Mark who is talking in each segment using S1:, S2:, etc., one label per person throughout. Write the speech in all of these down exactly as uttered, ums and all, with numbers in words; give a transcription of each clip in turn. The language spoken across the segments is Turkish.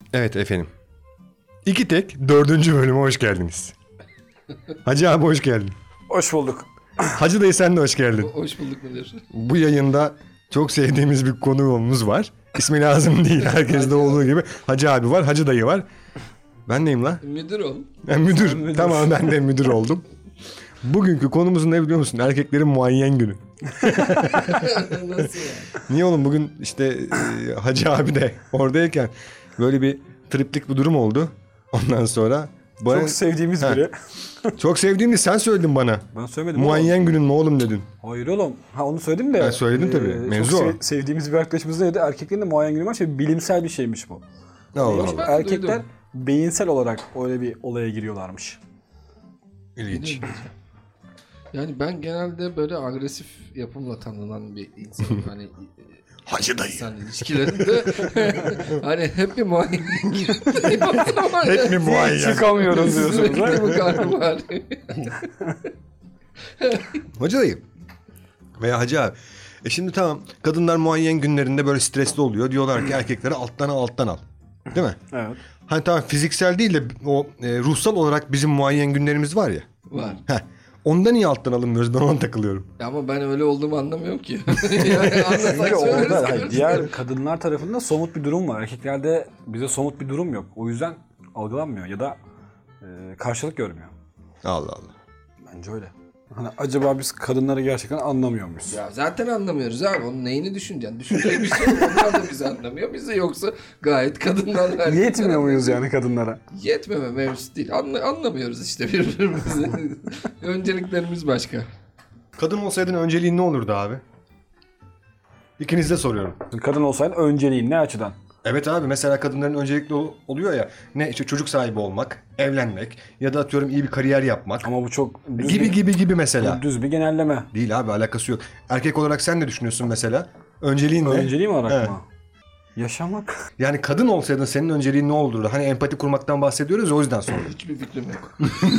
S1: Evet efendim. İki tek dördüncü bölüme hoş geldiniz. Hacı abi hoş geldin.
S2: Hoş bulduk.
S1: Hacı dayı sen de hoş geldin.
S3: Hoş bulduk müdür.
S1: Bu yayında çok sevdiğimiz bir konuğumuz var. İsmi lazım değil herkeste olduğu gibi. Hacı abi var, Hacı dayı var. Ben neyim lan?
S3: Müdür ol.
S1: Ben müdür. müdür. Tamam ben de müdür oldum. Bugünkü konumuzun ne biliyor musun? Erkeklerin muayyen günü.
S3: Nasıl yani?
S1: Niye oğlum bugün işte e, Hacı abi de oradayken böyle bir triplik bir durum oldu. Ondan sonra
S2: bana... Çok sevdiğimiz ha. biri.
S1: Çok sevdiğimdi sen söyledin bana.
S2: Ben söylemedim.
S1: Muayyen günün mü oğlum dedin.
S2: Hayır oğlum. Ha onu söyledim de.
S1: Ben söyledim tabii.
S2: E,
S1: Mevzu
S2: çok
S1: o.
S2: sev- sevdiğimiz bir arkadaşımız dedi. Erkeklerin de muayyen günü var. Şey, bilimsel bir şeymiş bu.
S1: Allah Allah.
S2: Erkekler duydum. Beyinsel olarak öyle bir olaya giriyorlarmış.
S1: İlginç.
S3: Yani ben genelde böyle agresif yapımla tanınan bir insanım. Hani
S1: Hacı dayı.
S3: İnsan ilişkilerinde hani hep bir muayyen
S1: hep bir muayyen.
S2: Çıkamıyoruz diyorsunuz.
S3: Sürekli bu karnı var.
S1: Hacı dayı. Veya Hacı abi. E şimdi tamam kadınlar muayyen günlerinde böyle stresli oluyor. Diyorlar ki erkeklere alttan al alttan al. Değil mi?
S2: Evet.
S1: Hani tamam fiziksel değil de o e, ruhsal olarak bizim muayyen günlerimiz var ya.
S3: Var.
S1: Heh. Ondan niye alttan alınmıyoruz? Ben ona takılıyorum.
S3: Ama ben öyle olduğumu anlamıyorum ki. Yani
S2: Çünkü orada hayır, diğer kadınlar tarafında somut bir durum var. Erkeklerde bize somut bir durum yok. O yüzden algılanmıyor ya da e, karşılık görmüyor.
S1: Allah Allah.
S2: Bence öyle. Hani acaba biz kadınları gerçekten anlamıyor muyuz?
S3: Ya zaten anlamıyoruz abi. Onun neyini düşüneceksin? Düşünecek bir şey yok. Onlar da bizi anlamıyor. Bizi yoksa gayet kadınlarla...
S2: Yetmiyor muyuz yani kadınlara?
S3: Yetmeme mevzusu değil. Anla, anlamıyoruz işte birbirimizi. Önceliklerimiz başka.
S1: Kadın olsaydın önceliğin ne olurdu abi? İkinize soruyorum.
S2: Kadın olsaydın önceliğin ne açıdan?
S1: Evet abi mesela kadınların öncelikli oluyor ya ne işte çocuk sahibi olmak, evlenmek ya da atıyorum iyi bir kariyer yapmak.
S2: Ama bu çok düz
S1: gibi
S2: bir,
S1: gibi gibi mesela.
S2: Düz bir genelleme.
S1: Değil abi alakası yok. Erkek olarak sen ne düşünüyorsun mesela? Önceliğin ne?
S2: Önceliğim olarak
S1: evet.
S2: mı? Yaşamak.
S1: Yani kadın olsaydın senin önceliğin ne olurdu? Hani empati kurmaktan bahsediyoruz ya o yüzden sordum.
S3: Hiçbir fikrim yok.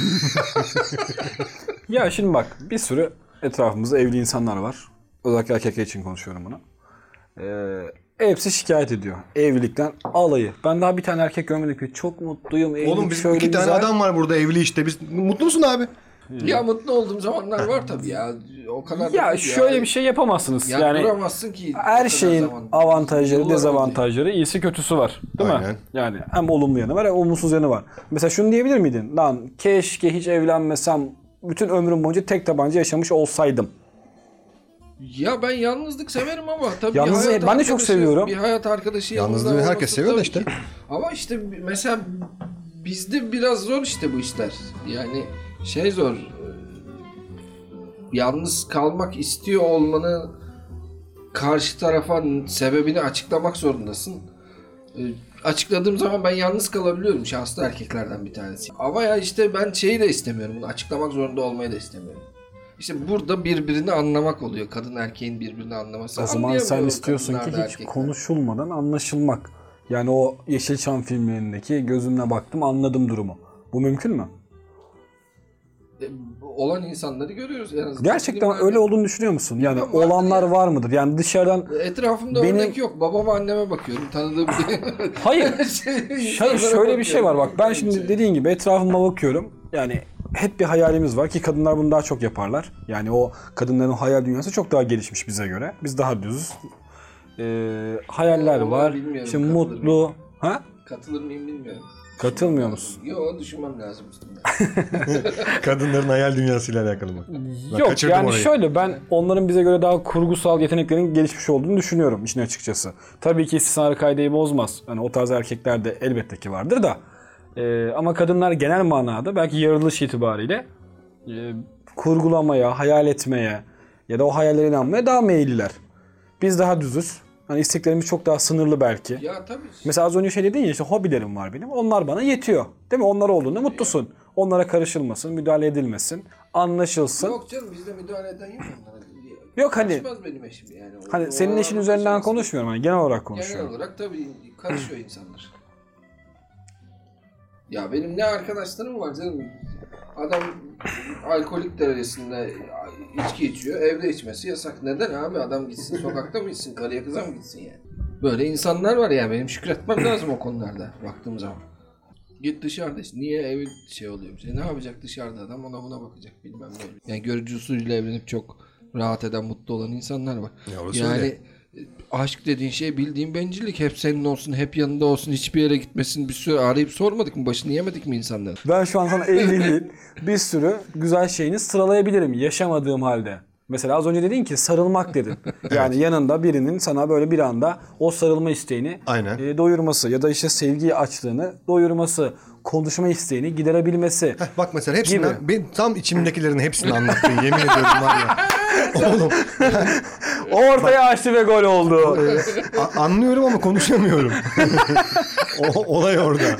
S2: Ya şimdi bak bir sürü etrafımızda evli insanlar var. Özellikle erkekler için konuşuyorum bunu. Ee, hepsi şikayet ediyor. Evlilikten alayı. Ben daha bir tane erkek görmedim ki çok mutluyum. Evlilik
S1: oğlum biz
S2: şöyle
S1: iki
S2: güzel.
S1: tane adam var burada evli işte. Biz mutlu musun abi?
S3: Ya mutlu olduğum zamanlar var tabii ya. O kadar.
S2: Ya şöyle ya. bir şey yapamazsınız.
S3: Ya
S2: yani
S3: duramazsın ki.
S2: Her şeyin
S3: zaman.
S2: avantajları,
S3: Yıllar
S2: dezavantajları, oldu. iyisi kötüsü var. Değil
S1: Aynen.
S2: mi? Yani hem olumlu yanı var hem olumsuz yanı var. Mesela şunu diyebilir miydin? Lan keşke hiç evlenmesem, bütün ömrüm boyunca tek tabanca yaşamış olsaydım.
S3: Ya ben yalnızlık severim ama tabii
S2: Yalnızlığı ben de çok seviyorum.
S3: Bir hayat arkadaşı
S1: yalnızlığı herkes seviyor da işte.
S3: Ki. Ama işte mesela bizde biraz zor işte bu işler. Yani şey zor. Yalnız kalmak istiyor olmanı karşı tarafa sebebini açıklamak zorundasın. Açıkladığım zaman ben yalnız kalabiliyorum. Şanslı erkeklerden bir tanesi. Ama ya işte ben şeyi de istemiyorum. Bunu açıklamak zorunda olmayı da istemiyorum. İşte burada birbirini anlamak oluyor. Kadın erkeğin birbirini anlaması.
S2: O zaman sen istiyorsun ki hiç erkekler. konuşulmadan anlaşılmak. Yani o Yeşilçam filmlerindeki gözümle baktım anladım durumu. Bu mümkün mü?
S3: E, olan insanları görüyoruz en azından.
S2: Gerçekten öyle olduğunu düşünüyor musun? Yani olanlar var mıdır? Yani dışarıdan
S3: etrafımda benim... örnek yok. Babama anneme bakıyorum. Tanıdığım bir...
S2: Hayır. şey, şöyle bir şey var bak. Ben şimdi şey. dediğin gibi etrafıma bakıyorum. Yani hep bir hayalimiz var ki kadınlar bunu daha çok yaparlar. Yani o kadınların hayal dünyası çok daha gelişmiş bize göre. Biz daha düz. Ee, hayaller o, var. Şimdi mutlu. Ha?
S3: Katılır mıyım bilmiyorum.
S2: Katılmıyor musun?
S3: Yok düşünmem lazım.
S1: Kadınların hayal dünyasıyla alakalı mı? Ben
S2: Yok yani orayı. Şöyle ben onların bize göre daha kurgusal yeteneklerin gelişmiş olduğunu düşünüyorum işin açıkçası. Tabii ki istisnai kaideyi bozmaz. Hani o tarz erkekler de elbette ki vardır da. Ee, ama kadınlar genel manada belki yaratılış itibariyle e, kurgulamaya, hayal etmeye ya da o hayallere inanmaya daha meyilliler. Biz daha düzüz. Hani isteklerimiz çok daha sınırlı belki.
S3: Ya tabii.
S2: Mesela az önce şey dedin ya işte hobilerim var benim. Onlar bana yetiyor. Değil mi? Onlar olduğunda mutlusun. Onlara karışılmasın, müdahale edilmesin, anlaşılsın.
S3: Yok canım bizde müdahale eden yok onlara.
S2: Yok hani.
S3: Benim eşim yani. O,
S2: hani senin eşin üzerinden konuşmuyorum. Hani genel olarak konuşuyorum.
S3: Genel olarak tabii karışıyor insanlar. Ya benim ne arkadaşlarım var canım. Adam alkolik derecesinde içki içiyor. Evde içmesi yasak. Neden abi? Adam gitsin sokakta mı içsin? Karıya kıza mı gitsin yani? Böyle insanlar var ya, benim şükretmem lazım o konularda baktığım zaman. Git dışarıda işte. Niye evi şey oluyormuş? E ne yapacak dışarıda adam, ona buna bakacak bilmem ne. Yani görücü usulüyle evlenip çok rahat eden, mutlu olan insanlar var.
S1: Ya orası
S3: yani
S1: öyle.
S3: aşk dediğin şey bildiğin bencillik. Hep senin olsun, hep yanında olsun, hiçbir yere gitmesin. Bir sürü arayıp sormadık mı? Başını yemedik mi insanların?
S2: Ben şu an sana evliliğin bir sürü güzel şeyini sıralayabilirim yaşamadığım halde. Mesela az önce dedin ki sarılmak dedin. Yani yanında birinin sana böyle bir anda o sarılma isteğini
S1: Aynen.
S2: e, doyurması ya da işte sevgiyi açlığını doyurması, konuşma isteğini giderebilmesi.
S1: Heh, bak mesela hepsinden,
S2: Gibi.
S1: ben tam içimdekilerin hepsini anlattın yemin ediyorum var ya. Oğlum
S2: Ortaya açtı ve gol oldu.
S1: a- anlıyorum ama konuşamıyorum. o, olay orada.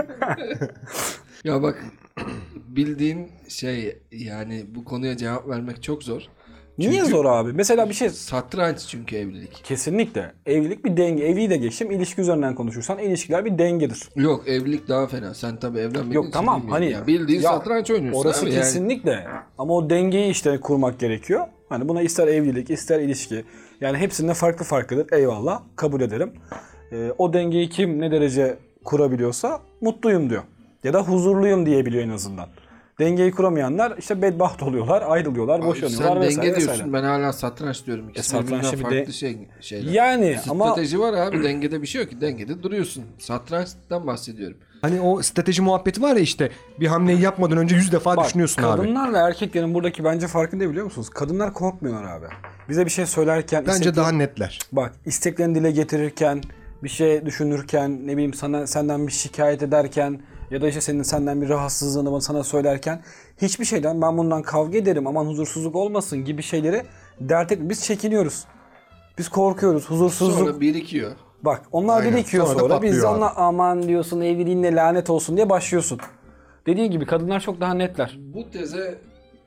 S3: Ya bak, bildiğin şey, yani bu konuya cevap vermek çok zor.
S2: Niye zor abi? Mesela bir şey
S3: Satranç çünkü evlilik.
S2: kesinlikle. Evlilik bir denge. Evliliği de geçtim. İlişki üzerinden konuşursan ilişkiler bir dengedir.
S3: Yok, evlilik daha fena. Sen tabii evlenmedin.
S2: Yok tamam hani
S3: ya bildiğin
S2: ya,
S3: satranç oynuyorsun
S2: orası
S3: abi yani.
S2: kesinlikle. Ama o dengeyi işte kurmak gerekiyor. Hani buna ister evlilik ister ilişki. Yani hepsinde farklı farklıdır. Eyvallah kabul ederim. Ee, o dengeyi kim ne derece kurabiliyorsa mutluyum diyor. Ya da huzurluyum diyebiliyor en azından. Dengeyi kuramayanlar işte bedbaht oluyorlar, ayrılıyorlar, boşanıyorlar
S3: Sen
S2: vesaire
S3: denge diyorsun.
S2: vesaire.
S3: Ben hala satranç diyorum. İkisi
S2: E, satrançta
S3: birbirinden
S2: bir de-
S3: farklı şey, şeyler.
S2: Yani ama
S3: Strateji var abi. Dengede bir şey yok ki. Dengede duruyorsun. Satrançtan bahsediyorum.
S1: Hani o strateji muhabbeti var ya, işte bir hamleyi yapmadan önce yüz defa
S2: bak,
S1: düşünüyorsun abi.
S2: kadınlarla erkeklerin buradaki bence farkı ne biliyor musunuz? Kadınlar korkmuyorlar abi. Bize bir şey söylerken
S1: Bence
S2: istekli-
S1: daha netler.
S2: Bak isteklerini dile getirirken, bir şey düşünürken, ne bileyim sana senden bir şikayet ederken ya da işte senin senden bir rahatsızlığını sana söylerken hiçbir şeyden ben bundan kavga ederim aman huzursuzluk olmasın gibi şeyleri dert etmiyoruz. Biz çekiniyoruz. Biz korkuyoruz. Huzursuzluk.
S3: Sonra birikiyor.
S2: Bak onlar
S1: Aynen.
S2: birikiyor
S1: Sonra da
S2: sonra. Biz
S1: patlıyor abi.
S2: onunla aman diyorsun evliliğinle lanet olsun diye başlıyorsun. Dediğin gibi kadınlar çok daha netler.
S3: Bu teze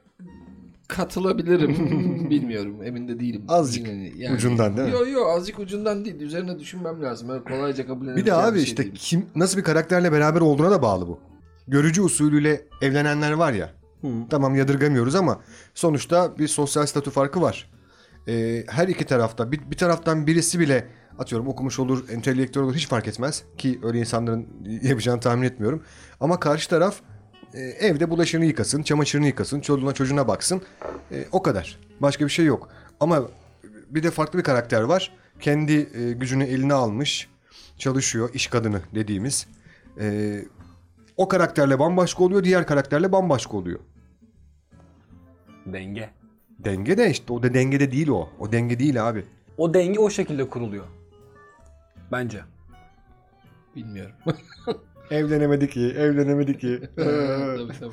S3: katılabilirim. Bilmiyorum. Emin de değilim.
S1: Azıcık
S3: Yine
S1: ucundan değil mi?
S3: Yok yok, azıcık ucundan değil. Üzerine düşünmem lazım. Öyle kolayca kabul
S1: Bir de
S3: edebileceğim
S1: abi
S3: şey
S1: işte
S3: değil.
S1: kim nasıl bir karakterle beraber olduğuna da bağlı bu. Görücü usulüyle evlenenler var ya. Tamam yadırgamıyoruz ama sonuçta bir sosyal statü farkı var. Ee, her iki tarafta bir, bir taraftan birisi bile atıyorum okumuş olur, entelektüel olur hiç fark etmez ki öyle insanların yapacağını tahmin etmiyorum. Ama karşı taraf e, evde bulaşığını yıkasın, çamaşırını yıkasın, çoluğuna çocuğuna baksın. E, o kadar. Başka bir şey yok. Ama bir de farklı bir karakter var. Kendi e, gücünü eline almış, çalışıyor, iş kadını dediğimiz. E, o karakterle bambaşka oluyor, diğer karakterle bambaşka oluyor.
S2: Denge.
S1: Denge de işte o da dengede değil o. O denge değil abi.
S2: O denge o şekilde kuruluyor. Bence.
S3: Bilmiyorum.
S1: Evlenemedi ki, evlenemedi ki.
S3: tabii tabii.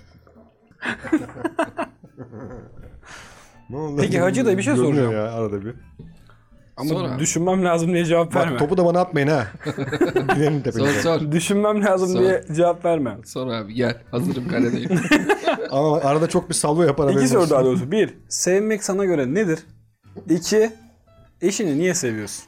S1: Ne oldu?
S2: Peki Hacı da bir şey
S1: Görünüyor
S2: soracağım.
S1: ya arada bir.
S2: Ama
S3: Sonra.
S2: düşünmem lazım diye cevap verme.
S1: Bak topu da bana atmayın ha. Gidelim
S3: Sor
S1: tepenize.
S3: sor.
S2: Düşünmem lazım
S3: Sor.
S2: diye cevap verme.
S3: Sor abi gel. Hazırım kaledeyim.
S1: Ama arada çok bir salvo yapar.
S2: İki
S1: haberin
S2: soru
S1: olsun.
S2: daha doğrusu. Bir, sevmek sana göre nedir? İki, eşini niye seviyorsun?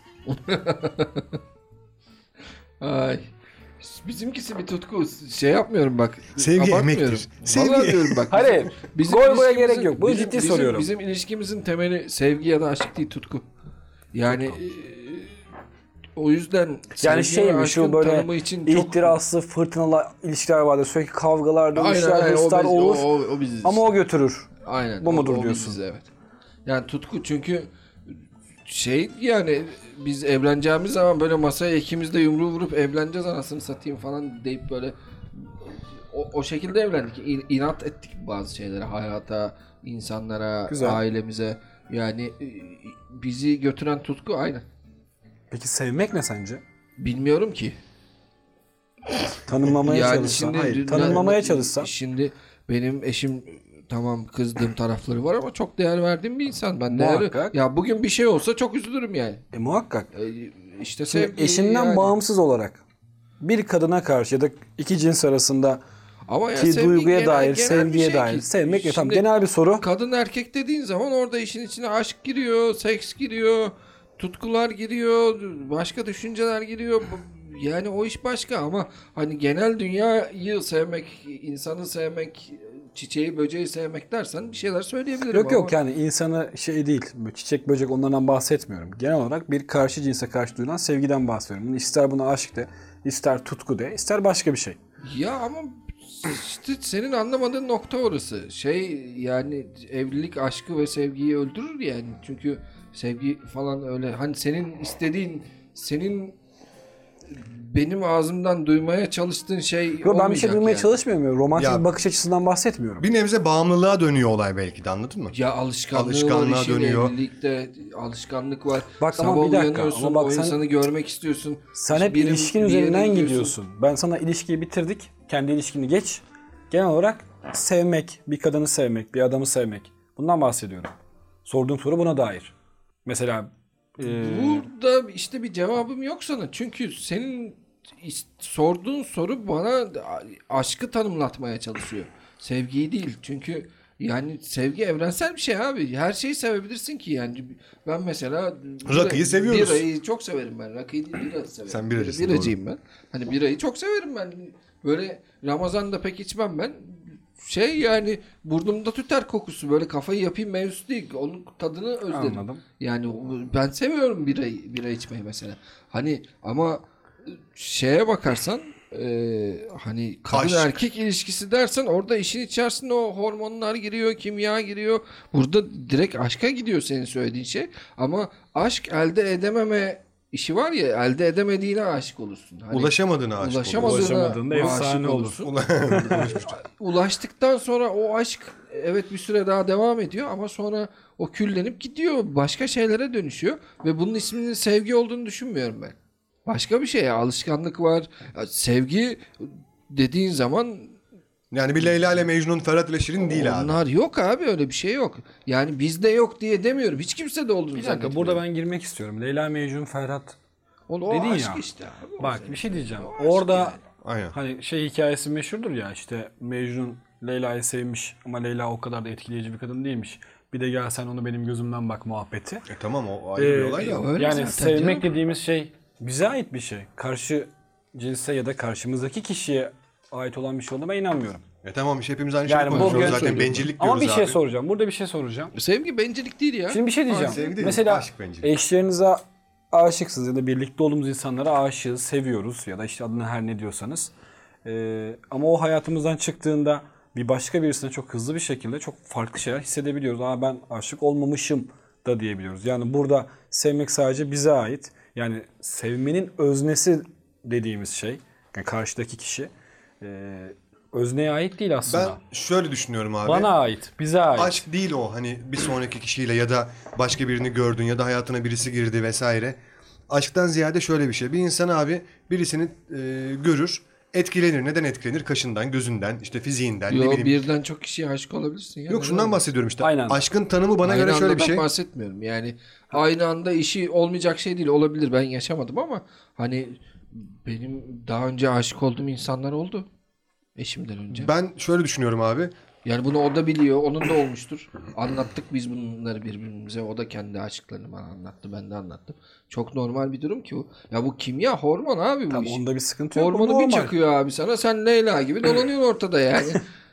S3: Ay. Bizimkisi bir tutku. Şey yapmıyorum bak.
S1: Sevgi
S3: abartmıyorum.
S1: emektir. Sevgi-
S3: Vallahi diyorum bak.
S2: Hayır.
S3: Bizim
S2: Gol goya
S3: ilişkimizin-
S2: gerek yok. Bunu
S3: bizim-
S2: ciddi
S3: bizim-
S2: soruyorum.
S3: Bizim ilişkimizin temeli sevgi ya da aşk değil, tutku. Yani e, o yüzden
S2: Yani
S3: sevgi ve
S2: şey mi
S3: aşkın
S2: şu böyle
S3: tanımı için çok...
S2: ihtiraslı, fırtınalı ilişkiler vardır. Sürekli kavgalar,
S3: Aynen,
S2: dövüşler,
S3: aynen, o,
S2: hırslar
S3: biz-
S2: olur.
S3: o, o, o biziz
S2: Ama
S3: işte.
S2: o götürür.
S3: Aynen.
S2: Bu
S3: o-
S2: mudur
S3: o
S2: diyorsun?
S3: biziz, evet. Yani tutku çünkü şey, yani biz evleneceğimiz zaman böyle masaya ikimiz de yumruğu vurup evleneceğiz anasını satayım falan deyip böyle o, o şekilde evlendik. İn, inat ettik bazı şeylere, hayata, insanlara,
S2: Güzel.
S3: ailemize. Yani e, bizi götüren tutku aynı.
S2: Peki sevmek ne sence?
S3: Bilmiyorum ki.
S2: Tanımlamaya
S3: Yani
S2: çalışsan.
S3: şimdi
S2: Hayır,
S3: dünya-
S2: tanımlamaya çalışsan.
S3: Şimdi benim eşim tamam kızdığım tarafları var ama çok değer verdiğim bir insan. Ben değer,
S2: Muhakkak.
S3: ya bugün bir şey olsa çok üzülürüm yani.
S2: E muhakkak.
S3: E, işte
S2: Şimdi
S3: sevgi
S2: eşinden
S3: yani.
S2: bağımsız olarak bir kadına karşı ya da iki cins arasında
S3: Ama ya
S2: ki
S3: sevgi
S2: duyguya
S3: genel-
S2: dair,
S3: genel
S2: sevgiye
S3: bir şey
S2: dair.
S3: ki.
S2: Sevmek ne? Tamam,
S3: Şimdi
S2: genel bir soru.
S3: kadın erkek dediğin zaman orada işin içine aşk giriyor, seks giriyor, tutkular giriyor, başka düşünceler giriyor. Bu- Yani o iş başka ama hani genel dünyayı sevmek, insanı sevmek, çiçeği böceği sevmek dersen bir şeyler söyleyebilirim.
S2: Yok
S3: ama...
S2: yok yani insanı şey değil, böyle çiçek böcek onlardan bahsetmiyorum. Genel olarak bir karşı cinse karşı duyulan sevgiden bahsediyorum. Bunu ister buna aşk de, ister tutku de, ister başka bir şey.
S3: Ya ama işte senin anlamadığın nokta orası. Şey yani evlilik aşkı ve sevgiyi öldürür yani. Çünkü sevgi falan öyle hani senin istediğin, senin benim ağzımdan duymaya çalıştığın şey
S2: Yo, ben bir
S3: olmayacak
S2: şey duymaya
S3: yani.
S2: çalışmıyorum. Yani. Romantik
S1: Ya-
S2: bir bakış açısından bahsetmiyorum.
S1: Bir nebze bağımlılığa dönüyor olay belki de, anladın mı?
S3: Ya alışkanlığı
S1: Alışkanlığa
S3: var işin,
S1: dönüyor.
S3: evlilikte alışkanlık var.
S2: Bak
S3: Sabah
S2: ama bir dakika,
S3: uyanıyorsun,
S2: ama bak
S3: o
S2: sen-
S3: insanı görmek istiyorsun.
S2: Sen hep
S3: Birim-
S2: ilişkin
S3: bir yere
S2: üzerinden gidiyorsun. Ben sana ilişkiyi bitirdik. Kendi ilişkini geç. Genel olarak sevmek, bir kadını sevmek, bir adamı sevmek. Bundan bahsediyorum. Sorduğum soru buna dair. Mesela e,
S3: Burada işte bir cevabım yok sana. Çünkü senin is- sorduğun soru bana aşkı tanımlatmaya çalışıyor. Sevgiyi değil. Çünkü yani sevgi evrensel bir şey abi. Her şeyi sevebilirsin ki yani. Ben mesela
S1: Rakıyı seviyoruz.
S3: Birayı çok severim ben. Rakıyı değil, bira severim.
S1: Sen biracısın,
S3: Bir- Biracıyım ben. Hani birayı çok severim ben. Böyle Ramazan'da pek içmem ben. Şey yani burnumda tüter kokusu, böyle kafayı yapayım mevzusu değil. Onun tadını özlerim.
S2: Anladım.
S3: Yani o- ben seviyorum birayı, bira içmeyi mesela. Hani ama şeye bakarsan e, hani kadın
S1: Aşk.
S3: erkek ilişkisi dersen orada işin içerisinde o hormonlar giriyor, kimya giriyor. Burada direkt aşka gidiyor senin söylediğin şey. Ama aşk elde edememe işi var ya, elde edemediğine aşık olursun. Hani
S1: Ulaşamadığına aşık
S3: ulaşamadığına
S2: Ulaşamadığında
S3: aşık
S2: efsane olur.
S3: olursun. Ulaştıktan sonra o aşk evet bir süre daha devam ediyor ama sonra o küllenip gidiyor. Başka şeylere dönüşüyor ve bunun isminin sevgi olduğunu düşünmüyorum ben. Başka bir şey ya, alışkanlık var. Ya sevgi dediğin zaman
S1: Yani bir Leyla ile Mecnun, Ferhat ile Şirin değil abi.
S3: onlar yok abi, öyle bir şey yok. Yani bizde yok diye demiyorum. Hiç kimse de olduğunu
S2: bir dakika
S3: zannetmiyorum.
S2: burada ben girmek istiyorum. Leyla, Mecnun, Ferhat.
S3: o, o
S2: dedin
S3: aşk
S2: ya.
S3: işte abi.
S2: Bak bir şey diyeceğim. Orada
S1: Aynen.
S2: hani şey hikayesi meşhurdur ya, işte Mecnun Leyla'yı sevmiş ama Leyla o kadar da etkileyici bir kadın değilmiş. Bir de gel sen onu benim gözümden bak muhabbeti.
S1: E tamam, o ayrı bir
S2: Ee,
S1: olay da.
S3: öyle
S2: yani
S3: zaten
S2: sevmek
S3: canım.
S2: dediğimiz şey bize ait bir şey. Karşı cinse ya da karşımızdaki kişiye ait olan bir şey olduğuna ben inanmıyorum.
S1: E tamam, işte hepimiz aynı şeyi
S2: Yani
S1: konuşuyoruz
S2: bugün
S1: zaten,
S3: söylüyorum.
S1: bencillik diyoruz
S2: Ama bir şey
S1: abi.
S2: soracağım. Burada bir şey soracağım.
S3: Sevgi bencillik değil ya.
S2: Şimdi bir şey diyeceğim.
S1: sevgi değil,
S2: Mesela
S1: aşk bence.
S2: eşlerinize aşıksınız ya da birlikte olduğumuz insanlara aşığız, seviyoruz ya da işte adını her ne diyorsanız. Ee, ama o hayatımızdan çıktığında bir başka birisine çok hızlı bir şekilde çok farklı şeyler hissedebiliyoruz. Ama ben aşık olmamışım da diyebiliyoruz. Yani burada sevmek sadece bize ait. Yani sevmenin öznesi dediğimiz şey, yani karşıdaki kişi e, özneye ait değil aslında.
S1: Ben şöyle düşünüyorum abi.
S2: Bana ait, bize ait.
S1: Aşk değil o, hani bir sonraki kişiyle ya da başka birini gördün ya da hayatına birisi girdi vesaire. Aşktan ziyade şöyle bir şey. Bir insan abi birisini e, görür, etkilenir. Neden etkilenir? Kaşından, gözünden, işte fiziğinden, ne
S3: Yo,
S1: bileyim.
S3: birden çok kişiye aşık olabilirsin. Ya.
S1: Yok, şundan bahsediyorum işte.
S2: Aynen.
S1: Aşkın tanımı bana
S3: Aynı
S1: göre şöyle
S3: anda
S1: bir şey.
S3: ben bahsetmiyorum. Yani aynı anda işi olmayacak şey değil. Olabilir, ben yaşamadım ama hani benim daha önce aşık olduğum insanlar oldu. Eşimden önce.
S1: Ben şöyle düşünüyorum abi.
S3: Yani bunu o da biliyor. Onun da olmuştur. Anlattık biz bunları birbirimize. O da kendi aşklarını bana anlattı. Ben de anlattım. Çok normal bir durum ki bu. Ya bu kimya, hormon abi bu
S2: Tamam,
S3: iş.
S2: onda bir sıkıntı yok.
S3: Hormonu
S2: o
S3: bir
S2: normal.
S3: çakıyor abi sana. Sen Leyla gibi dolanıyorsun ortada yani.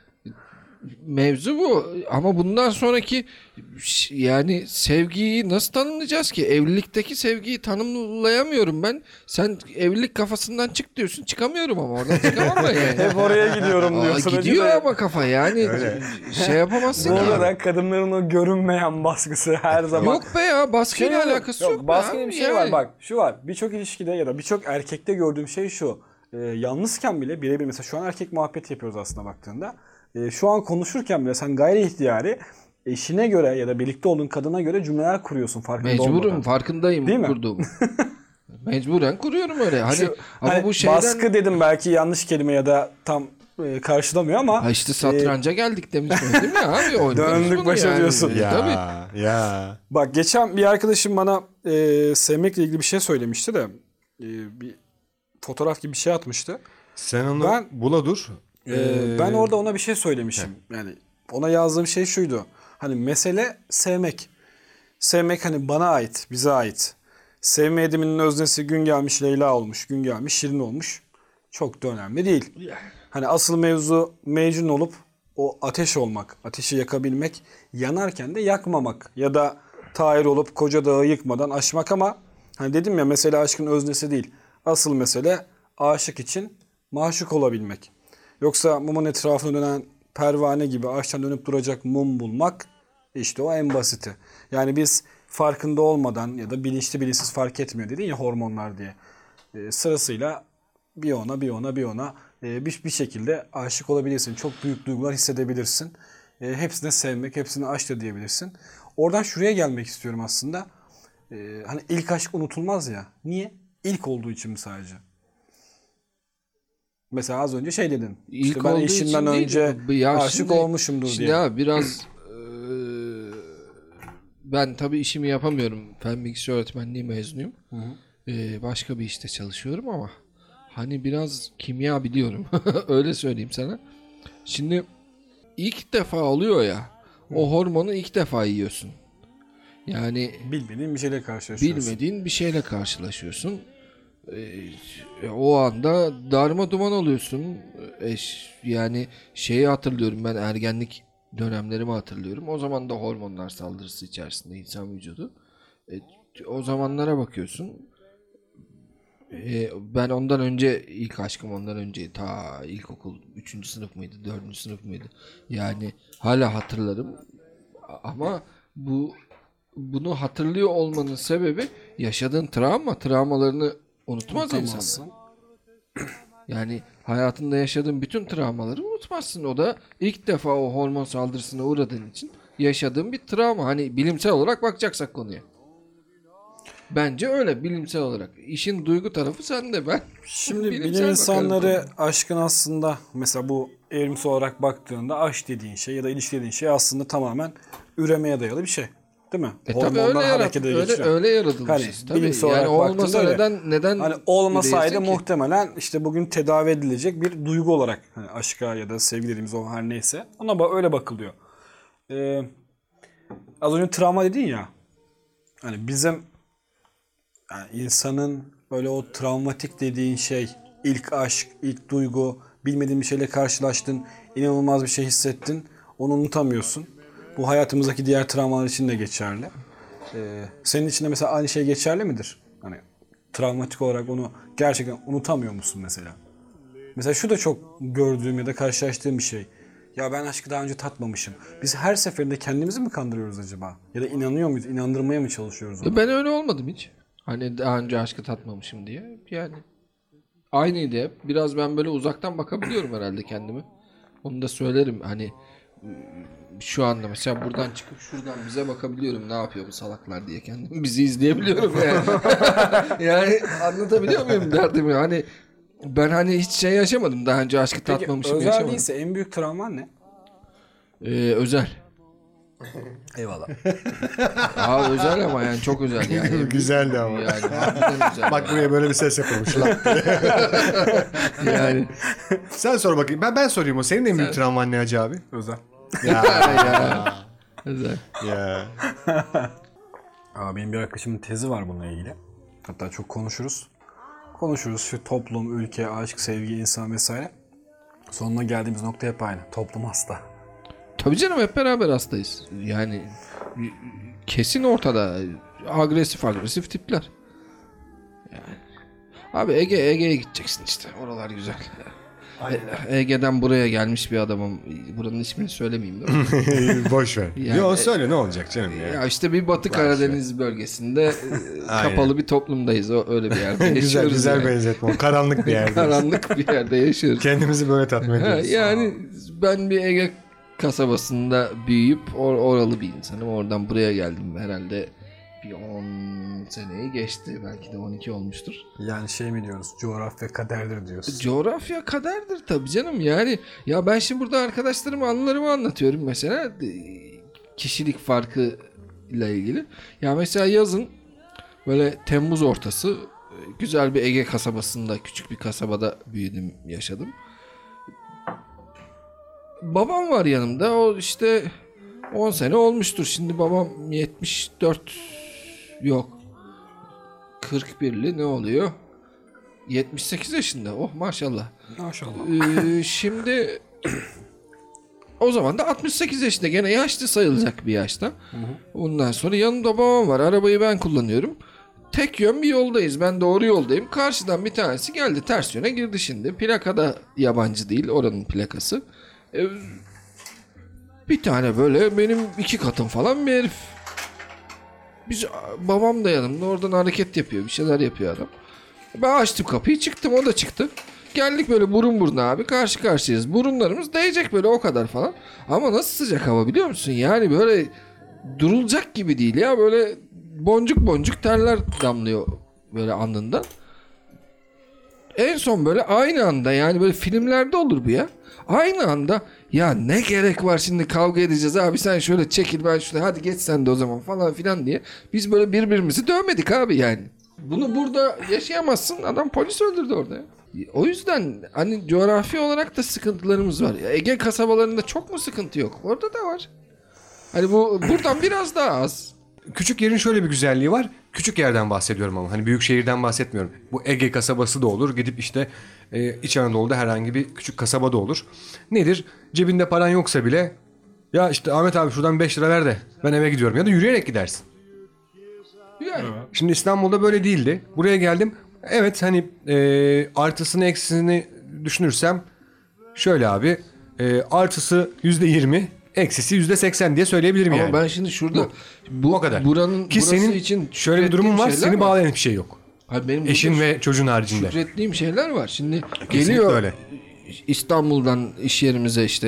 S3: Mevzu bu. Ama bundan sonraki ş- yani sevgiyi nasıl tanımlayacağız ki? Evlilikteki sevgiyi tanımlayamıyorum ben. Sen evlilik kafasından çık diyorsun. Çıkamıyorum ama oradan çıkamam ben yani.
S2: Hep oraya gidiyorum
S3: Aa,
S2: diyorsun.
S3: gidiyor
S2: Hacı da.
S3: ama kafa yani. Şey yapamazsın
S2: Bu
S3: ki.
S2: arada kadınların o görünmeyen baskısı her zaman.
S3: Yok be ya, baskıyla
S2: Şey yok,
S3: alakası yok. be
S2: Baskı diye
S3: abi
S2: bir şey
S3: yani.
S2: var bak. Şu var. Birçok ilişkide ya da birçok erkekte gördüğüm şey şu. Ee, yalnızken bile birebir, mesela şu an erkek muhabbeti yapıyoruz aslında baktığında. Ee, şu an konuşurken bile sen gayri ihtiyari eşine göre ya da birlikte olduğun kadına göre cümleler kuruyorsun farkında
S3: Mecburum,
S2: olmadan.
S3: farkındayım
S2: Değil mi?
S3: kurduğum. Mecburen kuruyorum öyle. Hani
S2: Şu-
S3: ama
S2: hani
S3: bu şeyden
S2: baskı dedim, belki yanlış kelime ya da tam e, karşılamıyor ama
S3: ha işte satranca geldik demiştim değil mi abi? Oynuyoruz
S2: Döndük
S3: bunu
S2: başa
S3: yani.
S2: diyorsun.
S3: Ya, tabii.
S1: ya.
S2: bak geçen bir arkadaşım bana e, sevmekle ilgili bir şey söylemişti de e, bir fotoğraf gibi bir şey atmıştı.
S1: Sen onu
S2: Ben-
S1: bula dur.
S2: Ee, ben orada ona bir şey söylemişim. Yani ona yazdığım şey şuydu. Hani mesele sevmek. Sevmek hani bana ait, bize ait. Sevme ediminin öznesi gün gelmiş Leyla olmuş, gün gelmiş Şirin olmuş. Çok da önemli değil. Hani asıl mevzu Mecnun olup o ateş olmak, ateşi yakabilmek, yanarken de yakmamak ya da tahir olup koca dağı yıkmadan aşmak ama hani dedim ya mesele aşkın öznesi değil. Asıl mesele aşık için maşuk olabilmek. Yoksa mumun etrafında dönen pervane gibi ağaçtan dönüp duracak mum bulmak işte o en basiti. Yani biz farkında olmadan ya da bilinçli bilinçsiz fark etmiyor dedin ya hormonlar diye. E, sırasıyla bir ona bir ona bir ona e, bir, bir şekilde aşık olabilirsin. Çok büyük duygular hissedebilirsin. E, hepsine sevmek, hepsine aşk da diyebilirsin. Oradan şuraya gelmek istiyorum aslında. E, hani ilk aşk unutulmaz ya. Niye? İlk olduğu için mi sadece? Mesela az önce şey dedin.
S3: İlk
S2: işte ben
S3: olduğu
S2: eşimden
S3: için değil,
S2: önce
S3: ya
S2: aşık
S3: şimdi-
S2: olmuşumdur
S3: Şimdi
S2: diye.
S3: abi biraz eee, ben tabii işimi yapamıyorum. Fen bilgisi öğretmenliği mezunuyum. Eee, başka bir işte çalışıyorum ama hani biraz kimya biliyorum. Öyle söyleyeyim sana. Şimdi ilk defa oluyor ya. O hormonu ilk defa yiyorsun. Yani
S2: Bilmediğin bir şeyle karşılaşıyorsun.
S3: bilmediğin bir şeyle karşılaşıyorsun. Ee, o anda darma duman oluyorsun. Ee, ş- yani şeyi hatırlıyorum, ben ergenlik dönemlerimi hatırlıyorum. O zaman da hormonlar saldırısı içerisinde insan vücudu. Ee, o zamanlara bakıyorsun. Ee, ben ondan önce ilk aşkım ondan önce ta ilkokul üçüncü sınıf mıydı, dördüncü sınıf mıydı? Yani hala hatırlarım. A- Ama bu bunu hatırlıyor olmanın sebebi yaşadığın travma. Travmalarını unutmaz insan.
S2: Unutamazsın.
S3: Yani hayatında yaşadığın bütün travmaları unutmazsın. O da ilk defa o hormon saldırısına uğradığın için yaşadığın bir travma. Hani bilimsel olarak bakacaksak konuya. Bence öyle bilimsel olarak. İşin duygu tarafı sende, ben.
S2: Şimdi
S3: bilimsel
S2: bilim insanları
S3: bakarım
S2: aşkın aslında mesela bu evrimsel olarak baktığında aşk dediğin şey ya da ilişki dediğin şey aslında tamamen üremeye dayalı bir şey. Değil mi?
S3: E tabii öyle, yarat öyle,
S2: geçiren.
S3: öyle yaratılmışız.
S2: Hani
S3: tabii.
S2: bilimsel
S3: Yani
S2: olarak
S3: olmasa
S2: baktığında öyle.
S3: neden neden
S2: Hani olmasaydı
S3: üreyesin ki?
S2: muhtemelen işte bugün tedavi edilecek bir duygu olarak hani aşka ya da sevgi dediğimiz o her neyse ona ba- öyle bakılıyor. Ee, az önce travma dedin ya. Hani bizim yani insanın böyle o travmatik dediğin şey, ilk aşk, ilk duygu, bilmediğin bir şeyle karşılaştın, inanılmaz bir şey hissettin, onu unutamıyorsun. Bu hayatımızdaki diğer travmalar için de geçerli. Ee, senin için de mesela aynı şey geçerli midir? Hani travmatik olarak onu gerçekten unutamıyor musun mesela? Mesela şu da çok gördüğüm ya da karşılaştığım bir şey. Ya ben aşkı daha önce tatmamışım. Biz her seferinde kendimizi mi kandırıyoruz acaba? Ya da inanıyor muyuz? İnandırmaya mı çalışıyoruz onu?
S3: E ben öyle olmadım hiç. Hani daha önce aşkı tatmamışım diye. Yani aynıydı hep. Biraz ben böyle uzaktan bakabiliyorum herhalde kendime. Onu da söylerim. Hani şu anda mesela buradan çıkıp şuradan bize bakabiliyorum. Ne yapıyor bu salaklar diye kendim bizi izleyebiliyorum yani. Yani anlatabiliyor muyum derdimi? Hani ben hani hiç şey yaşamadım. Daha önce aşkı
S2: Peki
S3: tatmamışım
S2: özel
S3: yaşamadım.
S2: değilse en büyük travman ne?
S3: Ee, özel.
S2: Eyvallah.
S3: Aa özel ama yani çok özel yani.
S1: Güzeldi ama.
S3: Yani harbiden güzel.
S1: Bak buraya böyle bir ses yapılmış lan.
S3: yani.
S1: Sen sor bakayım. Ben ben sorayım o. Senin en büyük travman ne Hacı abi?
S2: Özel.
S1: Ya.
S3: ya. Özel.
S1: ya.
S2: Aa, benim bir arkadaşımın tezi var bununla ilgili. Hatta çok konuşuruz. Konuşuruz şu toplum, ülke, aşk, sevgi, insan vesaire. Sonuna geldiğimiz nokta hep aynı. Toplum hasta.
S3: Tabii canım hep beraber hastayız. Yani kesin ortada agresif agresif tipler. Yani. Abi Ege Ege'ye gideceksin işte. Oralar güzel. E- Ege'den buraya gelmiş bir adamım. Buranın ismini söylemeyeyim değil mi?
S1: Boş ver.
S3: Yani-
S1: Yo söyle ne olacak canım ya.
S3: Ya işte bir Batı Karadeniz bölgesinde e,
S1: Aynen.
S3: kapalı bir toplumdayız. O öyle bir yerde yaşıyoruz.
S1: güzel güzel
S3: yani.
S1: benzetme. o. Karanlık bir yerde.
S3: Karanlık bir yerde yaşıyoruz.
S1: Kendimizi böyle tatmin
S3: Ha,
S1: ediyoruz.
S3: yani ben bir Ege kasabasında büyüyüp or- oralı bir insanım. Oradan buraya geldim herhalde bir on seneyi geçti. Belki de on iki olmuştur.
S2: Yani şey mi diyoruz? Coğrafya kaderdir diyoruz.
S3: Coğrafya kaderdir tabii canım. Yani ya ben şimdi burada arkadaşlarıma anılarımı anlatıyorum mesela. Kişilik farkı ile ilgili. Ya mesela yazın böyle Temmuz ortası güzel bir Ege kasabasında, küçük bir kasabada büyüdüm, yaşadım. Babam var yanımda. O işte on sene olmuştur. Şimdi babam yetmiş dört yok. kırk birli ne oluyor? yetmiş sekiz yaşında. Oh maşallah.
S2: Maşallah.
S3: Ee, şimdi O zaman da altmış sekiz yaşında, gene yaşlı sayılacak bir yaşta. Ondan sonra yanımda babam var. Arabayı ben kullanıyorum. Tek yön bir yoldayız. Ben doğru yoldayım. Karşıdan bir tanesi geldi, ters yöne girdi şimdi. Plaka da yabancı değil, oranın plakası. Ee, bir tane böyle benim iki katım falan bir herif. Biz, babam da yanımda, oradan hareket yapıyor, bir şeyler yapıyor adam. Ben açtım kapıyı, çıktım, o da çıktı. Geldik böyle burun buruna abi, karşı karşıyayız. Burunlarımız değecek böyle, o kadar falan. Ama nasıl sıcak hava biliyor musun? Yani böyle durulacak gibi değil ya, böyle boncuk boncuk terler damlıyor böyle alnından. En son böyle aynı anda, yani böyle filmlerde olur bu ya. Aynı anda ya ne gerek var şimdi kavga edeceğiz abi, sen şöyle çekil ben şöyle, hadi geç sen de o zaman falan filan diye. Biz böyle birbirimizi dövmedik abi yani. Bunu burada yaşayamazsın, adam polis öldürdü orada ya. O yüzden hani coğrafi olarak da sıkıntılarımız var. Ege kasabalarında çok mu sıkıntı yok? Orada da var. Hani bu buradan biraz daha az.
S1: Küçük yerin şöyle bir güzelliği var. Küçük yerden bahsediyorum ama hani büyük şehirden bahsetmiyorum. Bu Ege kasabası da olur. Gidip işte e, İç Anadolu'da herhangi bir küçük kasaba da olur. Nedir? Cebinde paran yoksa bile ya işte Ahmet abi şuradan beş lira ver de ben eve gidiyorum. Ya da yürüyerek gidersin.
S3: Yani.
S1: Şimdi İstanbul'da böyle değildi. Buraya geldim. Evet hani e, artısını eksisini düşünürsem şöyle abi. E, artısı yüzde yirmi, eksisi yüzde seksen diye söyleyebilirim
S3: Ama
S1: yani.
S3: ben şimdi şurada bu,
S1: o kadar.
S3: buranın
S1: Ki
S3: burası
S1: senin
S3: için
S1: şöyle bir durumun var. Seni bağlayan hiçbir şey yok.
S3: Hayır, benim
S1: Eşin
S3: burada
S1: ve çocuğun haricinde.
S3: şükrettiğim şeyler var. Şimdi
S1: Kesinlikle
S3: geliyor
S1: öyle.
S3: İstanbul'dan iş yerimize işte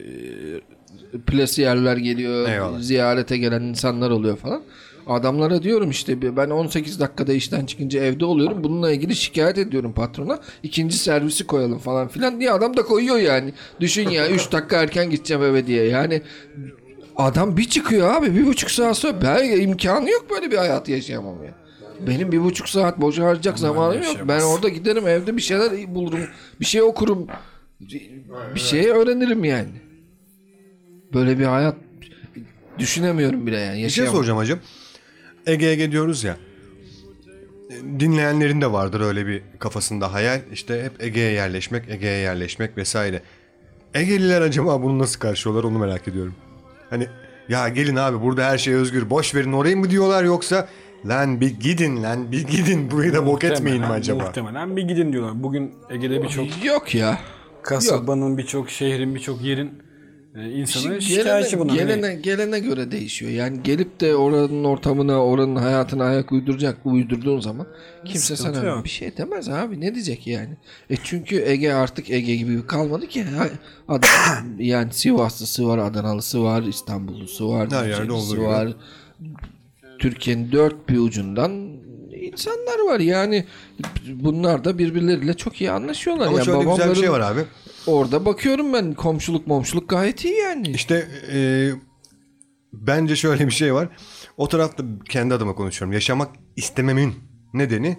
S3: e, plasiyerler geliyor,
S1: Eyvallah.
S3: ziyarete gelen insanlar oluyor falan. Adamlara diyorum işte ben on sekiz dakikada işten çıkınca evde oluyorum. Bununla ilgili şikayet ediyorum patrona. İkinci servisi koyalım falan filan diye, adam da koyuyor yani. Düşün ya, üç dakika erken gideceğim eve diye. Yani adam bir çıkıyor abi, bir buçuk saat sonra, ben imkanı yok böyle bir hayat yaşayamam ya. Benim bir buçuk saat boşa harcayacak zamanım yok. Ben orada giderim, evde bir şeyler bulurum. Bir şey okurum. Bir şey öğrenirim yani. Böyle bir hayat düşünemiyorum bile yani.
S1: Bir şey
S3: Yaşayamam.
S1: soracağım hacım. Ege Ege diyoruz ya. Dinleyenlerin de vardır öyle bir kafasında hayal. İşte hep Ege'ye yerleşmek, Ege'ye yerleşmek vesaire. Egeliler acaba bunu nasıl karşılıyorlar onu merak ediyorum. Hani ya gelin abi burada her şey özgür, boş verin orayı mı diyorlar, yoksa lan bir gidin lan bir gidin burayı da bok etmeyin mi acaba?
S2: Muhtemelen bir gidin diyorlar. Bugün Ege'de birçok
S3: Yok ya.
S2: kasabanın, birçok şehrin, birçok yerin e, insanı
S3: Şimdi
S2: şikayetçi
S3: gelene,
S2: bundan.
S3: gelene,
S2: Hani
S3: gelene göre değişiyor. Yani gelip de oranın ortamına, oranın hayatına ayak uyduracak, uydurduğun zaman kimse
S2: Sıkıntı
S3: sana
S2: yok.
S3: bir şey demez abi. Ne diyecek yani? E çünkü Ege artık Ege gibi kalmadı ki. Adam, yani Sivaslısı var, Adanalısı var, İstanbullusu var,
S1: Her yerde
S3: Düzcelisi
S1: olduğu gibi.
S3: var. Türkiye'nin dört bir ucundan insanlar var. Yani bunlar da birbirleriyle çok iyi anlaşıyorlar.
S1: Ama
S3: yani
S1: şöyle güzel bir
S3: babamların-
S1: şey var abi.
S3: Orada bakıyorum ben, komşuluk momşuluk gayet iyi yani.
S1: İşte e, bence şöyle bir şey var. O tarafta kendi adıma konuşuyorum. Yaşamak istememin nedeni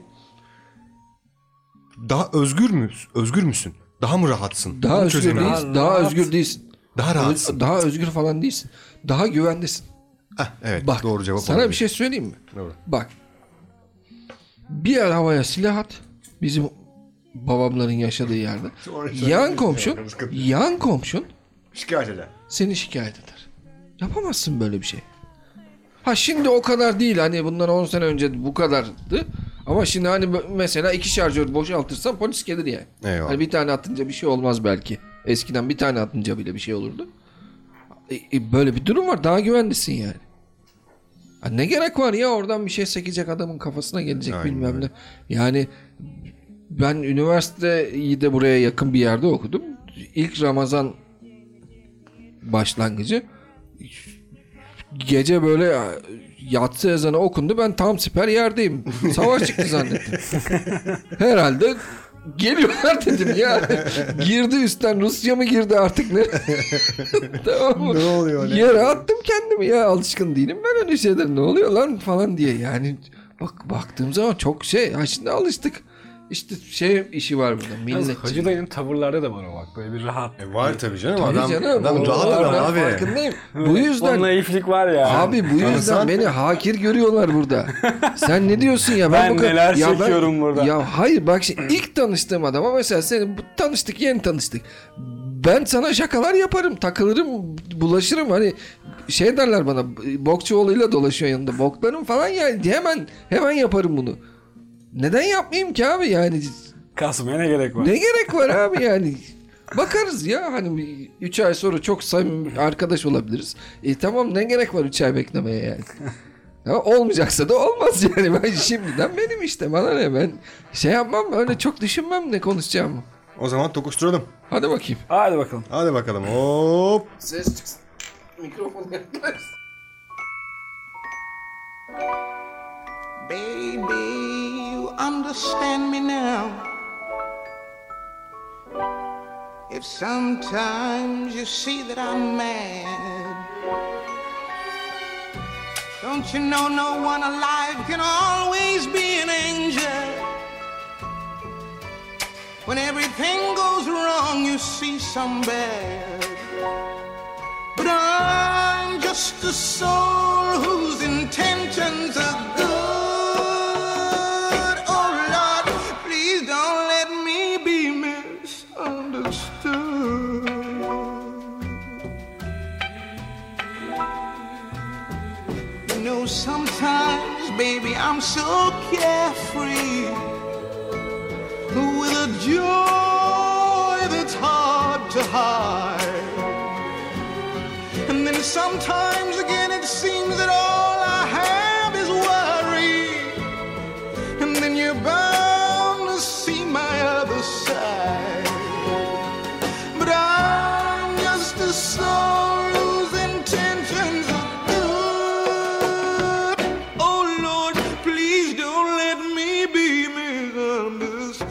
S1: daha özgür mü? Özgür müsün? Daha mı rahatsın?
S3: Daha
S1: Bunu
S3: özgür
S1: çözemiyorum.
S3: değilsin.
S2: Daha
S3: Daha
S2: rahat.
S3: özgür değilsin.
S1: Daha rahatsın.
S3: Daha özgür falan değilsin. Daha güvendesin.
S1: Heh, evet
S3: Bak,
S1: doğru cevap.
S3: sana
S1: olabilir.
S3: bir şey söyleyeyim mi?
S1: Doğru.
S3: Bak. Bir yer havaya silah at. Bizim babamların yaşadığı yerde.
S1: Sonra
S3: Yan
S1: şöyle-
S3: komşun, yan komşun
S1: Şikayet eder.
S3: seni şikayet eder. Yapamazsın böyle bir şey. Ha şimdi o kadar değil, hani bundan on sene önce bu kadardı. Ama şimdi hani mesela iki şarjör boşaltırsan polis gelir yani.
S1: Eyvallah.
S3: Hani bir tane atınca bir şey olmaz belki. Eskiden bir tane atınca bile bir şey olurdu. E, e, böyle bir durum var, daha güvendesin yani. Ha, ne gerek var ya, oradan bir şey sekecek, adamın kafasına gelecek,
S1: Aynen
S3: bilmem
S1: öyle.
S3: ne. Yani ben üniversiteyi de buraya yakın bir yerde okudum. İlk Ramazan başlangıcı gece böyle yatsı ezanı okundu, ben tam siper yerdeyim. Savaş çıktı zannettim. Herhalde geliyorlar dedim ya. Girdi üstten, Rusya mı girdi artık ne? Tamam mı?
S1: Ne oluyor ne?
S3: Yere attım kendimi ya, alışkın değilim ben öyle şeyler, ne oluyor lan falan diye. Yani bak baktığım zaman çok şey, ha şimdi alıştık. işte şey işi var burada.
S2: Yalnız
S3: Milletçi.
S2: Hacı dayının tavırlarda da var o bak. Böyle bir rahat.
S1: E var tabii canım.
S3: Tabii
S1: adam
S3: canım,
S1: adam
S3: o-
S1: rahat
S3: o-
S1: adam
S3: ben
S1: abi.
S3: Farkındayım. Bu yüzden
S2: Onun naiflik var ya.
S3: abi bu yüzden
S1: Tanısan-
S3: beni hakir görüyorlar burada. Sen ne diyorsun ya? Ben,
S2: Ben
S3: bu kadar-
S2: neler
S3: ya ben-
S2: çekiyorum burada.
S3: Ya hayır bak şimdi ilk tanıştığım adama mesela seni bu- tanıştık yeni tanıştık. Ben sana şakalar yaparım, takılırım, bulaşırım. Hani şey derler bana, Bokçuoğlu'yla dolaşıyor yanında. Boklarım falan yani hemen hemen yaparım bunu. Neden yapmayayım ki abi yani?
S2: Kasmaya ne gerek var?
S3: Ne gerek var abi yani? Bakarız ya hani üç ay sonra çok samimi arkadaş olabiliriz. E tamam, ne gerek var üç ay beklemeye yani? Ya olmayacaksa da olmaz yani. Ben şimdiden benim işte, bana ne, ben şey yapmam, öyle çok düşünmem ne konuşacağımı.
S1: O zaman tokuşturalım.
S3: Hadi bakayım.
S2: Hadi bakalım.
S1: Hadi bakalım. Hop.
S3: Ses çıksın. Mikrofonu yaklaş.
S4: Baby, you understand me now. If sometimes you see that I'm mad, don't you know no one alive can always be an angel? When everything goes wrong, you see some bad. But I'm just a soul whose intentions are good. Oh Lord, please don't let me be misunderstood. You know, sometimes, baby, I'm so carefree, with a joy that's hard to hide. And then sometimes again it seems that all I have is worry. And then you're bound to see my other side. But I'm just a soul whose intentions are good. Oh Lord, please don't let me be misunderstood.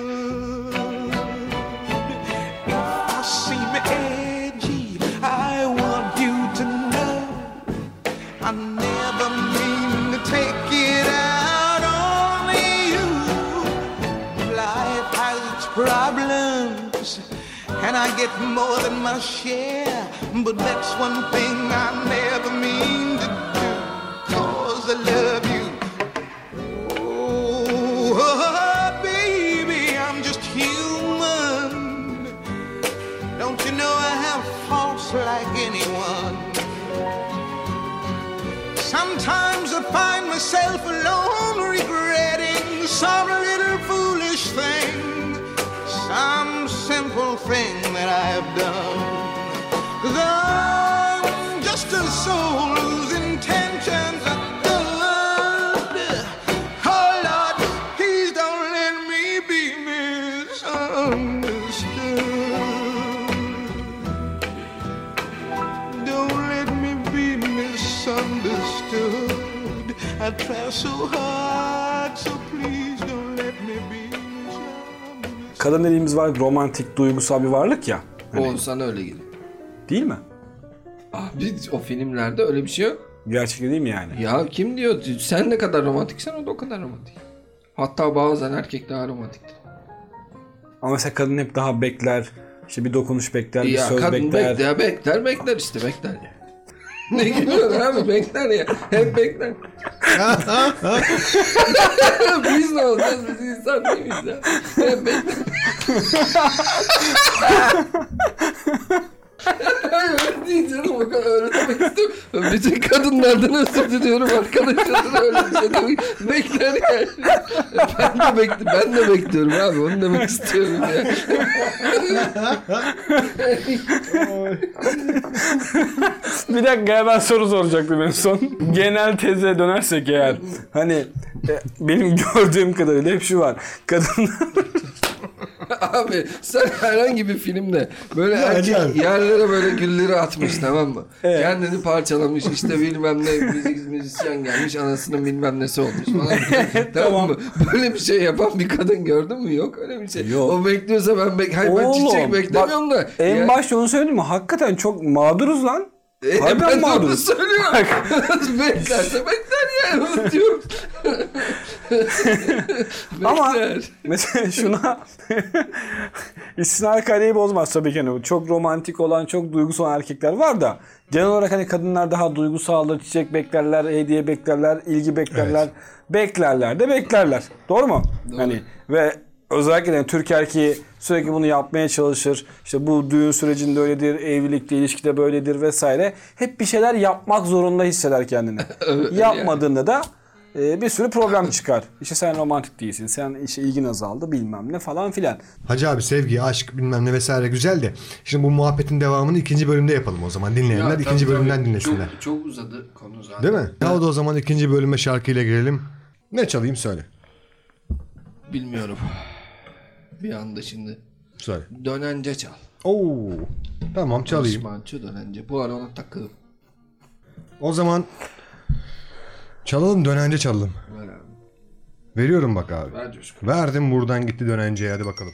S4: If I seem edgy, I want you to know I never mean to take it out on you. Life has its problems, and I get more than my share. But that's one thing I never mean to do, 'cause I love you. Oh, baby, I'm just human. Don't you know I have faults like anyone? Sometimes I find myself alone regretting some little foolish thing, some simple thing that I've done. 'Cause I'm just a soul whose intentions are good. Oh Lord, please don't let me be misunderstood. Don't let me be misunderstood. I try so hard, so please don't let me be misunderstood.
S2: Kadın dediğimiz var, romantik, duygusal bir varlık ya.
S3: O sana öyle geliyor.
S2: Değil mi?
S3: Abi o filmlerde öyle bir şey yok.
S2: Gerçekten değil mi yani?
S3: Ya kim diyor? Sen ne kadar romantiksen o da o kadar romantik. Hatta bazen erkek daha romantiktir.
S2: Ama mesela kadın hep daha bekler. İşte bir dokunuş bekler, bir
S3: Ya
S2: söz
S3: kadın
S2: bekler.
S3: bekler, bekler, bekler işte bekler ya. Ne gülüyorsun abi, bekler ya. Hep bekler. Biz ne olacağız? Biz insan değil miyiz ya? Hep bekler. Hayır öyle değil canım, o kadar öyle demek istiyorum. Bütün kadınlardan özür diliyorum, arkadaşlardan öyle bir şey demek. Bekler yani. Ben de, bekli, ben de bekliyorum abi, onu demek istiyorum ya.
S2: Bir dakika ya, ben soru soracaktım en son. Genel teze dönersek eğer. Hani e, benim gördüğüm kadarıyla hep şu var. Kadınlar...
S3: Abi sen herhangi bir filmde böyle erkek
S1: Can.
S3: yerlere böyle gülleri atmış, tamam mı?
S2: Evet.
S3: Kendini parçalamış, işte bilmem ne müzik, müzisyen gelmiş, anasının bilmem nesi olmuş falan. tamam mı? Böyle bir şey yapan bir kadın gördün mü? Yok öyle bir şey.
S2: Yok.
S3: O bekliyorsa ben bek Hayır ben
S2: Oğlum,
S3: çiçek beklemiyorum
S2: bak,
S3: da.
S2: En
S3: Ya-
S2: başta onu söyledim mi? Hakikaten çok mağduruz lan.
S3: E,
S2: Harbiden
S3: ben de onu
S2: mağduruz.
S3: söylüyorum. Beklerse bekler yani onu diyorum.
S2: Ama
S3: Bekler.
S2: mesela şuna istisnai kaideyi bozmaz tabii ki. Yani çok romantik olan, çok duygusal erkekler var da genel olarak hani kadınlar daha duygusaldır, çiçek beklerler, hediye beklerler, ilgi beklerler,
S1: Evet.
S2: beklerler de beklerler. Doğru mu?
S3: Doğru.
S2: Hani ve özellikle yani Türk erkeği sürekli bunu yapmaya çalışır. İşte bu düğün sürecinde öyledir, evlilikte, ilişkide böyledir vesaire. Hep bir şeyler yapmak zorunda hisseder kendini. Yapmadığında da e, bir sürü problem çıkar. İşte sen romantik değilsin, sen işte ilgin azaldı bilmem ne falan filan.
S1: Hacı abi sevgi, aşk bilmem ne vesaire güzel de. Şimdi bu muhabbetin devamını ikinci bölümde yapalım o zaman. Dinleyenler
S3: Ya,
S1: ikinci
S3: tabii,
S1: bölümden
S3: tabii.
S1: dinlesinler.
S3: Çok, çok uzadı konu zaten.
S1: Değil mi? Ya o da o zaman ikinci bölüme şarkıyla girelim. Ne çalayım söyle.
S3: Bilmiyorum. Bir anda şimdi.
S1: Söyle.
S3: Dönence çal.
S1: Oo. Tamam çalayım.
S3: Osmançı dönence. Bu ara ona takılım.
S1: O zaman çalalım, dönence çalalım.
S3: Ver abi.
S1: Veriyorum bak abi.
S3: Ver coşku.
S1: Verdim, buradan gitti dönenceye, hadi bakalım.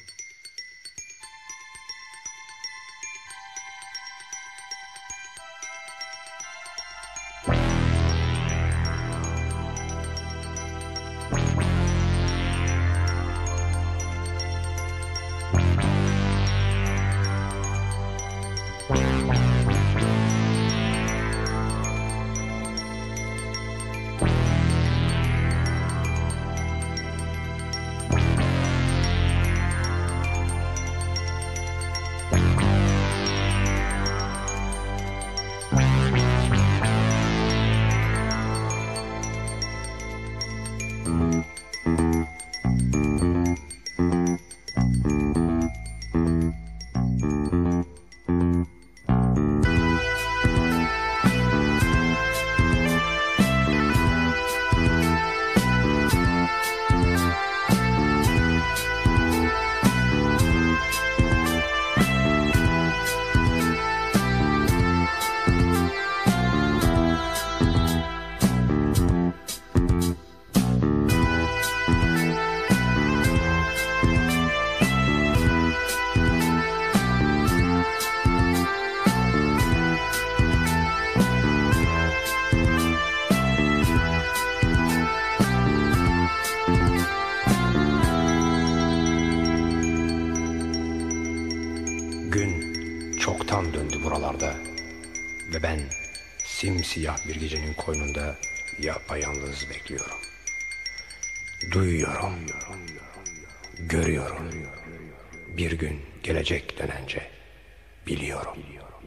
S5: Gün çoktan döndü buralarda ve ben simsiyah bir gecenin koynunda yapayalnız bekliyorum. Duyuyorum, görüyorum. Bir gün gelecek dönence biliyorum.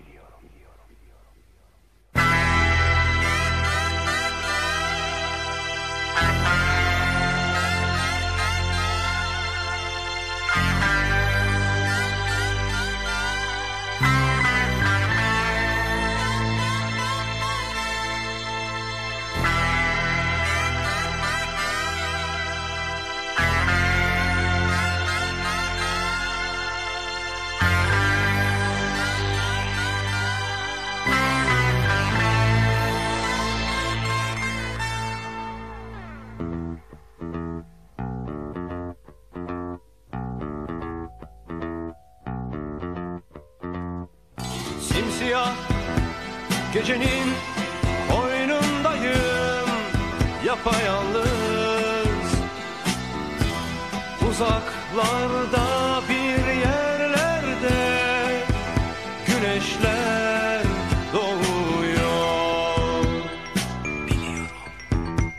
S6: Simsiyah gecenin koynundayım, yapayalnız. Uzaklarda bir yerlerde güneşler doğuyor.
S5: Biliyorum.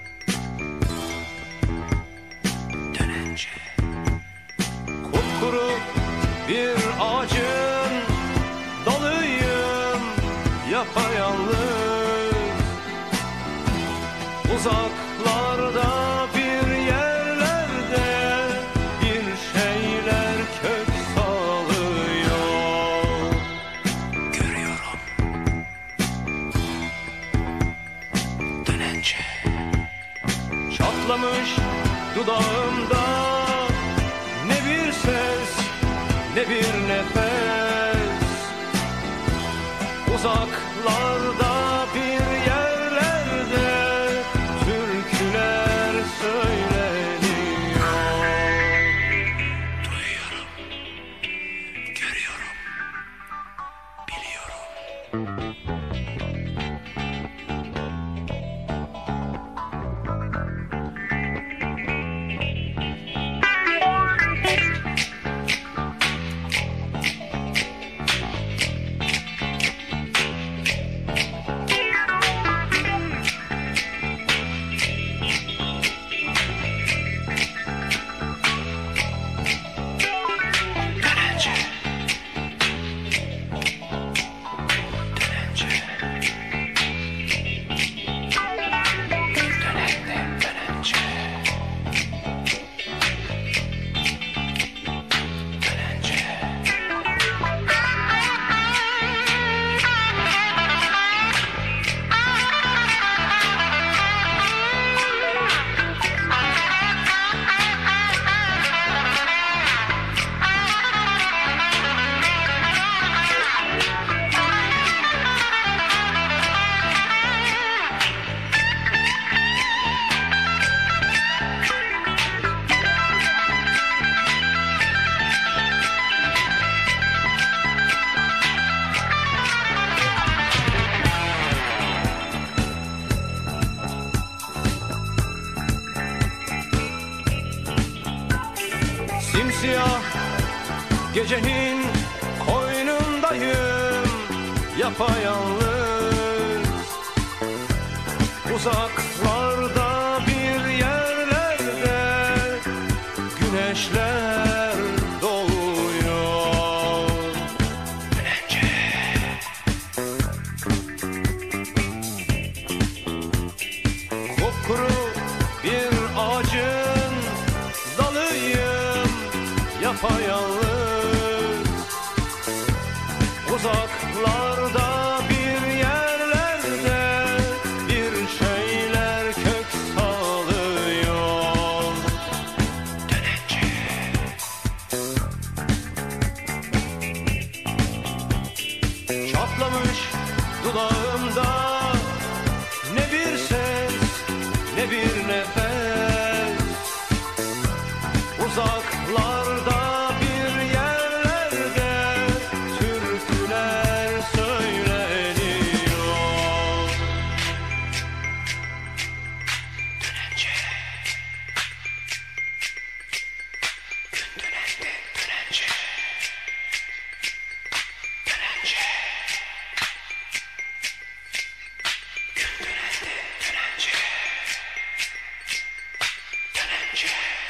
S5: Dönence.
S6: Kupkuru bir ağacın dalıyım, yapayalnız. Uzaklarda bir yerlerde bir şeyler kök salıyor.
S5: Görüyorum. Dönence.
S6: Çatlamış dudağımda ne bir ses ne bir nefes. Uzaklarda bir yerlerde türküler söyleniyor.
S5: Duyuyorum. Görüyorum. Biliyorum.
S6: Gecenin koynundayım yapayalnız. Uzaklarda bir yerlerde güneşler doğuyor. Dilenci. Kupkuru bir ağacın dalıyım yapayalnız. Uzaklarda bir yerlerde bir şeyler kök salıyor. Dilenci. Çatlamış dudağımda ne bir ses ne bir nefes. Uzaklarda bir yerlerde türküler söyleniyor. Dilenci. Gün dönendi dilenci. Dilenci. Gün dönendi dilenci. Dilenci.